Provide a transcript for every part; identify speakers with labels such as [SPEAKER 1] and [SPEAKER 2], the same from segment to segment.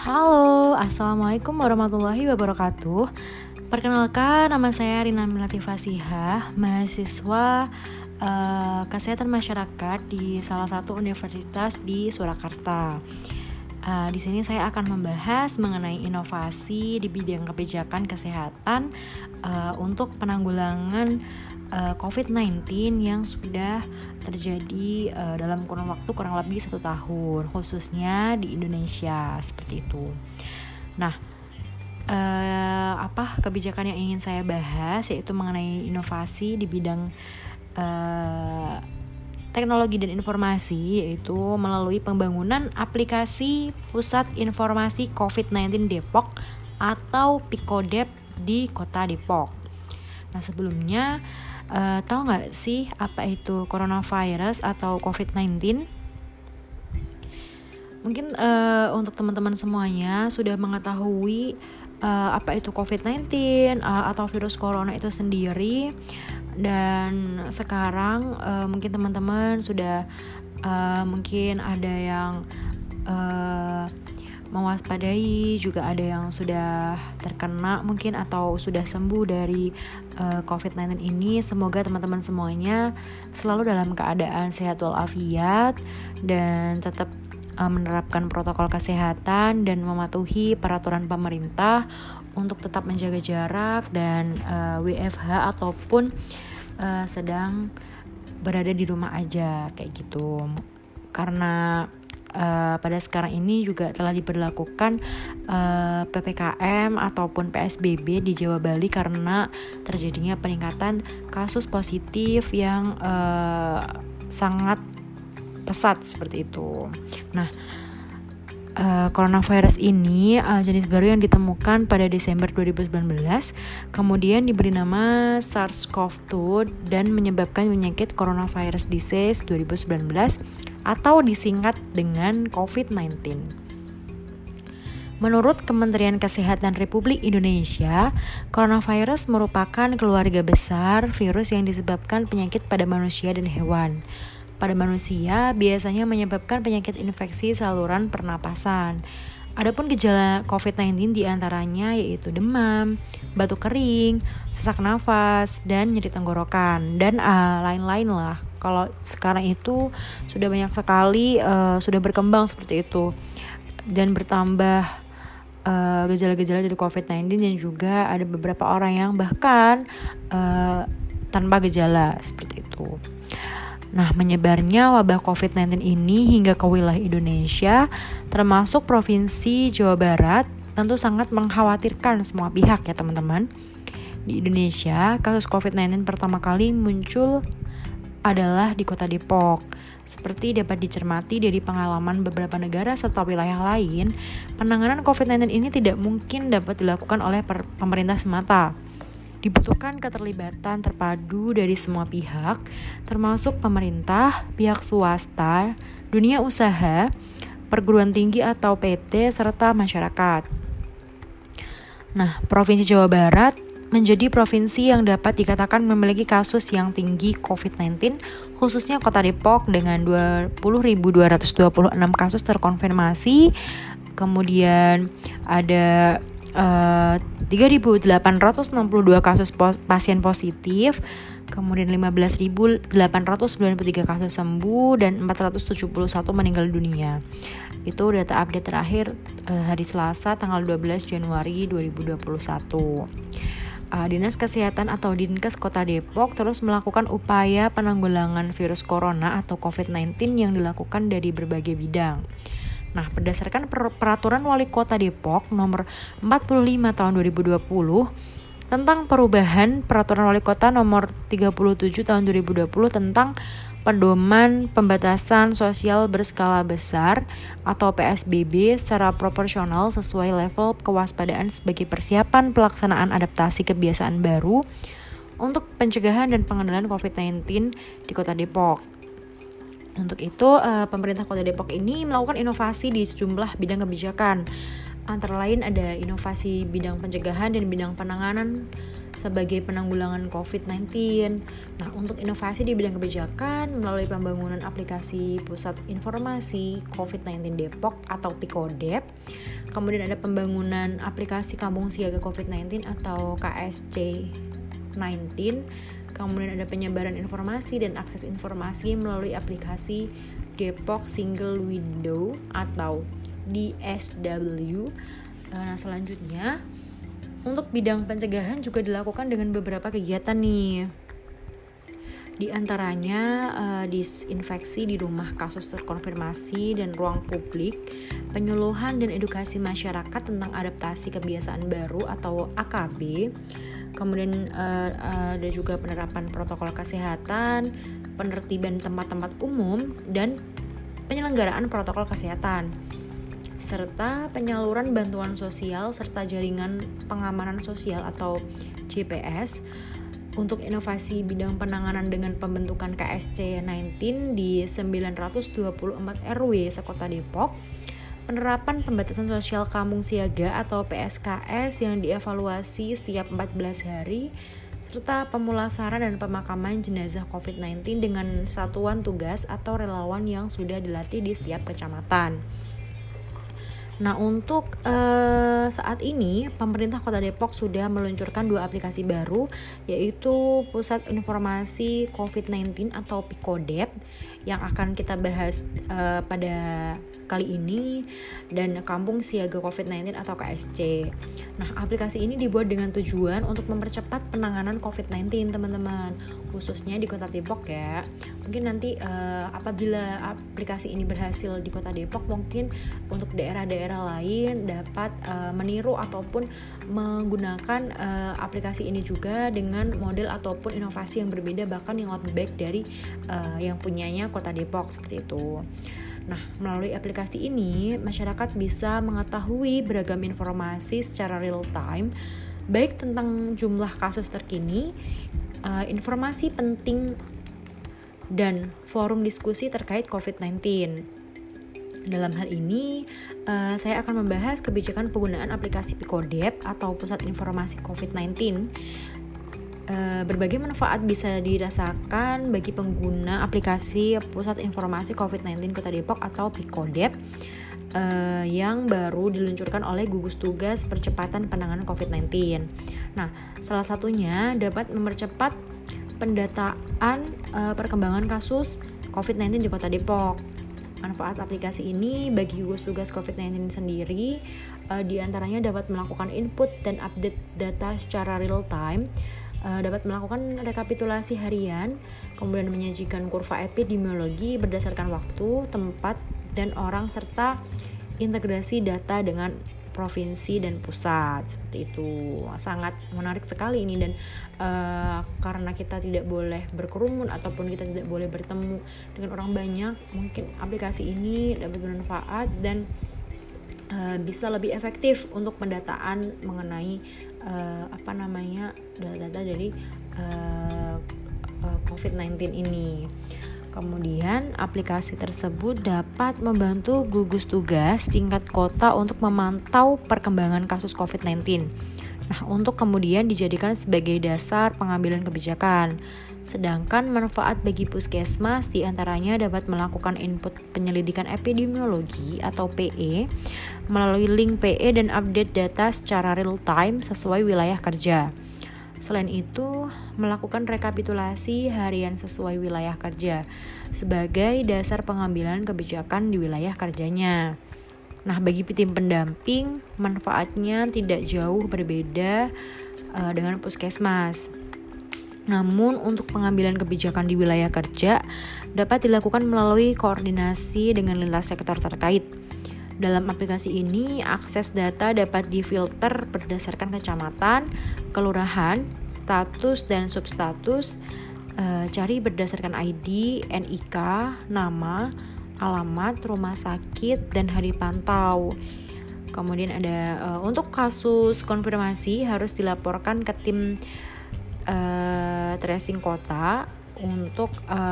[SPEAKER 1] Halo, Assalamualaikum warahmatullahi wabarakatuh. Perkenalkan, nama saya Rina Melati Fasihah, mahasiswa Kesehatan Masyarakat di salah satu universitas di Surakarta. Di sini saya akan membahas mengenai inovasi di bidang kebijakan kesehatan untuk penanggulangan COVID-19 yang sudah terjadi dalam kurun waktu kurang lebih 1 tahun, khususnya di Indonesia, seperti itu. Nah, kebijakan yang ingin saya bahas yaitu mengenai inovasi di bidang teknologi dan informasi, yaitu melalui pembangunan aplikasi Pusat Informasi COVID-19 Depok atau PIKODEP di Kota Depok. Nah, sebelumnya tahu nggak sih apa itu coronavirus atau COVID-19? Mungkin untuk teman-teman semuanya sudah mengetahui apa itu COVID-19 atau virus corona itu sendiri. Dan sekarang mungkin teman-teman sudah mungkin ada yang mewaspadai, juga ada yang sudah terkena mungkin atau sudah sembuh dari COVID-19 ini. Semoga teman-teman semuanya selalu dalam keadaan sehat walafiat dan tetap menerapkan protokol kesehatan dan mematuhi peraturan pemerintah untuk tetap menjaga jarak dan WFH ataupun sedang berada di rumah aja kayak gitu. Karena pada sekarang ini juga telah diberlakukan PPKM ataupun PSBB di Jawa Bali karena terjadinya peningkatan kasus positif yang sangat pesat seperti itu. Nah, coronavirus ini jenis baru yang ditemukan pada Desember 2019, kemudian diberi nama SARS-CoV-2 dan menyebabkan penyakit coronavirus disease 2019 atau disingkat dengan COVID-19. Menurut Kementerian Kesehatan Republik Indonesia, coronavirus merupakan keluarga besar virus yang disebabkan penyakit pada manusia dan hewan. Pada manusia, biasanya menyebabkan penyakit infeksi saluran pernapasan. Adapun gejala COVID-19 diantaranya yaitu demam, batuk kering, sesak nafas, dan nyeri tenggorokan, dan lain-lain lah. Kalau sekarang itu sudah banyak sekali, sudah berkembang seperti itu, dan bertambah gejala-gejala dari COVID-19, dan juga ada beberapa orang yang bahkan tanpa gejala seperti itu. Nah, menyebarnya wabah COVID-19 ini hingga ke wilayah Indonesia, termasuk Provinsi Jawa Barat, tentu sangat mengkhawatirkan semua pihak ya teman-teman. Di Indonesia, kasus COVID-19 pertama kali muncul adalah di Kota Depok. Seperti dapat dicermati dari pengalaman beberapa negara serta wilayah lain, penanganan COVID-19 ini tidak mungkin dapat dilakukan oleh pemerintah semata. Dibutuhkan keterlibatan terpadu dari semua pihak, termasuk pemerintah, pihak swasta, dunia usaha, perguruan tinggi atau PT, serta masyarakat. Nah, Provinsi Jawa Barat menjadi provinsi yang dapat dikatakan memiliki kasus yang tinggi COVID-19, khususnya Kota Depok dengan 20.226 kasus terkonfirmasi. Kemudian ada 3.862 kasus pasien positif, kemudian 15.893 kasus sembuh, dan 471 meninggal dunia. Itu data update terakhir hari Selasa tanggal 12 Januari 2021. Dinas Kesehatan atau Dinkes Kota Depok terus melakukan upaya penanggulangan virus corona atau COVID-19 yang dilakukan dari berbagai bidang. Nah, berdasarkan peraturan Wali Kota Depok nomor 45 tahun 2020 tentang perubahan peraturan Wali Kota nomor 37 tahun 2020 tentang pedoman pembatasan sosial berskala besar atau PSBB secara proporsional sesuai level kewaspadaan sebagai persiapan pelaksanaan adaptasi kebiasaan baru untuk pencegahan dan pengendalian COVID-19 di Kota Depok. Untuk itu, pemerintah Kota Depok ini melakukan inovasi di sejumlah bidang kebijakan. Antara lain ada inovasi bidang pencegahan dan bidang penanganan sebagai penanggulangan COVID-19. Nah, untuk inovasi di bidang kebijakan melalui pembangunan aplikasi Pusat Informasi COVID-19 Depok atau PIKODEP. Kemudian ada pembangunan aplikasi Kampung Siaga COVID-19 atau KSC-19. Kemudian ada penyebaran informasi dan akses informasi melalui aplikasi Depok Single Window atau DSW. Nah, selanjutnya untuk bidang pencegahan juga dilakukan dengan beberapa kegiatan nih. Di antaranya disinfeksi di rumah kasus terkonfirmasi dan ruang publik, penyuluhan dan edukasi masyarakat tentang adaptasi kebiasaan baru atau AKB. Kemudian ada juga penerapan protokol kesehatan, penertiban tempat-tempat umum, dan penyelenggaraan protokol kesehatan, serta penyaluran bantuan sosial serta jaringan pengamanan sosial atau JPS. Untuk inovasi bidang penanganan dengan pembentukan KSC-19 di 924 RW sekota Depok, penerapan pembatasan sosial kampung siaga atau PSKS yang dievaluasi setiap 14 hari, serta pemulasaran dan pemakaman jenazah COVID-19 dengan satuan tugas atau relawan yang sudah dilatih di setiap kecamatan. Nah, untuk saat ini pemerintah Kota Depok sudah meluncurkan 2 aplikasi baru, yaitu Pusat Informasi COVID-19 atau PIKODEP yang akan kita bahas pada kali ini, dan Kampung Siaga COVID-19 atau KSC. Nah, aplikasi ini dibuat dengan tujuan untuk mempercepat penanganan COVID-19, teman-teman, khususnya di Kota Depok ya. Mungkin nanti apabila aplikasi ini berhasil di Kota Depok, mungkin untuk daerah-daerah lain dapat meniru ataupun menggunakan aplikasi ini juga dengan model ataupun inovasi yang berbeda, bahkan yang lebih baik dari yang punyanya Kota Depok, seperti itu. Nah, melalui aplikasi ini masyarakat bisa mengetahui beragam informasi secara real time, baik tentang jumlah kasus terkini, informasi penting, dan forum diskusi terkait COVID-19. Dalam hal ini, saya akan membahas kebijakan penggunaan aplikasi PIKODEP atau Pusat Informasi COVID-19. Berbagai manfaat bisa dirasakan bagi pengguna aplikasi Pusat Informasi COVID-19 Kota Depok atau PIKODEP yang baru diluncurkan oleh gugus tugas percepatan penanganan COVID-19. Nah, salah satunya dapat mempercepat pendataan perkembangan kasus COVID-19 di Kota Depok. Manfaat aplikasi ini bagi gugus tugas COVID-19 sendiri diantaranya dapat melakukan input dan update data secara real time, dapat melakukan rekapitulasi harian, kemudian menyajikan kurva epidemiologi berdasarkan waktu, tempat, dan orang, serta integrasi data dengan provinsi dan pusat, seperti itu. Sangat menarik sekali ini, dan karena kita tidak boleh berkerumun ataupun kita tidak boleh bertemu dengan orang banyak, mungkin aplikasi ini dapat bermanfaat dan bisa lebih efektif untuk pendataan mengenai data-data dari COVID-19 ini. Kemudian aplikasi tersebut dapat membantu gugus tugas tingkat kota untuk memantau perkembangan kasus COVID-19. Nah, untuk kemudian dijadikan sebagai dasar pengambilan kebijakan. Sedangkan manfaat bagi puskesmas diantaranya dapat melakukan input penyelidikan epidemiologi atau PE melalui link PE dan update data secara real time sesuai wilayah kerja. Selain itu, melakukan rekapitulasi harian sesuai wilayah kerja sebagai dasar pengambilan kebijakan di wilayah kerjanya. Nah, bagi tim pendamping, manfaatnya tidak jauh berbeda dengan puskesmas. Namun, untuk pengambilan kebijakan di wilayah kerja dapat dilakukan melalui koordinasi dengan lintas sektor terkait. Dalam aplikasi ini, akses data dapat difilter berdasarkan kecamatan, kelurahan, status dan substatus, cari berdasarkan ID, NIK, nama, alamat, rumah sakit, dan hari pantau. Kemudian ada untuk kasus konfirmasi harus dilaporkan ke tim tracing kota untuk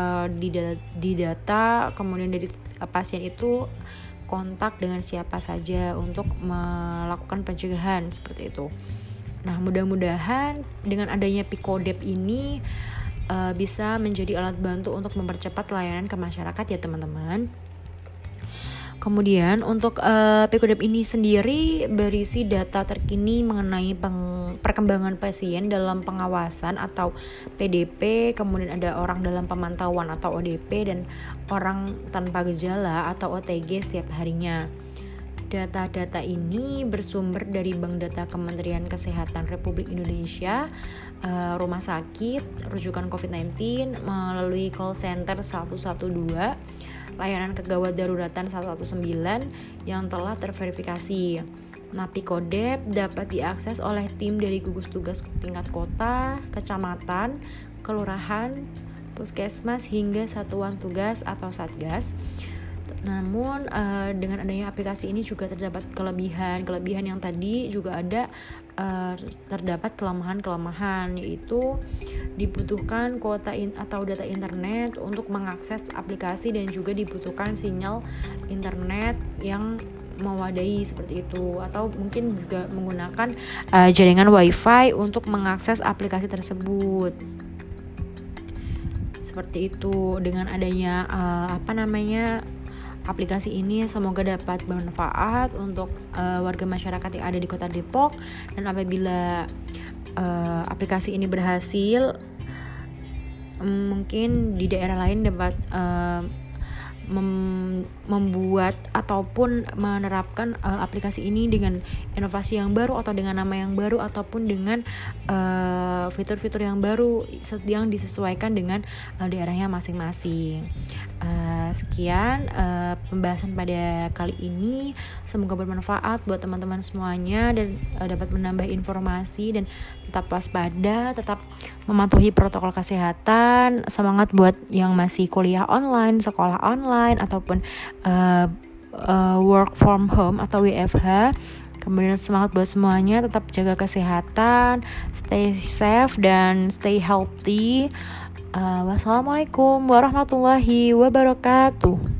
[SPEAKER 1] didata, kemudian dari pasien itu kontak dengan siapa saja untuk melakukan pencegahan, seperti itu. Nah, mudah-mudahan dengan adanya Picodep ini bisa menjadi alat bantu untuk mempercepat layanan ke masyarakat ya teman-teman. Kemudian untuk Picodep ini sendiri berisi data terkini mengenai perkembangan pasien dalam pengawasan atau PDP, kemudian ada orang dalam pemantauan atau ODP, dan orang tanpa gejala atau OTG setiap harinya. Data-data ini bersumber dari Bank Data Kementerian Kesehatan Republik Indonesia, rumah sakit, rujukan COVID-19 melalui call center 112, layanan kegawat daruratan 119 yang telah terverifikasi. Nah, Picodep dapat diakses oleh tim dari gugus tugas tingkat kota, kecamatan, kelurahan, puskesmas hingga satuan tugas atau satgas. Namun dengan adanya aplikasi ini juga terdapat kelebihan yang tadi juga ada, terdapat kelemahan, yaitu dibutuhkan kuota atau data internet untuk mengakses aplikasi, dan juga dibutuhkan sinyal internet yang mewadai seperti itu, atau mungkin juga menggunakan jaringan wifi untuk mengakses aplikasi tersebut. Seperti itu. Dengan adanya aplikasi ini semoga dapat bermanfaat untuk warga masyarakat yang ada di Kota Depok, dan apabila aplikasi ini berhasil, mungkin di daerah lain dapat membuat ataupun menerapkan aplikasi ini dengan inovasi yang baru atau dengan nama yang baru ataupun dengan fitur-fitur yang baru yang disesuaikan dengan daerahnya masing-masing. Sekian pembahasan pada kali ini, semoga bermanfaat buat teman-teman semuanya dan dapat menambah informasi, dan tetap waspada, tetap mematuhi protokol kesehatan. Semangat buat yang masih kuliah online, sekolah online, ataupun work from home atau WFH. Kemudian semangat buat semuanya, tetap jaga kesehatan, stay safe dan stay healthy. Wassalamualaikum warahmatullahi wabarakatuh.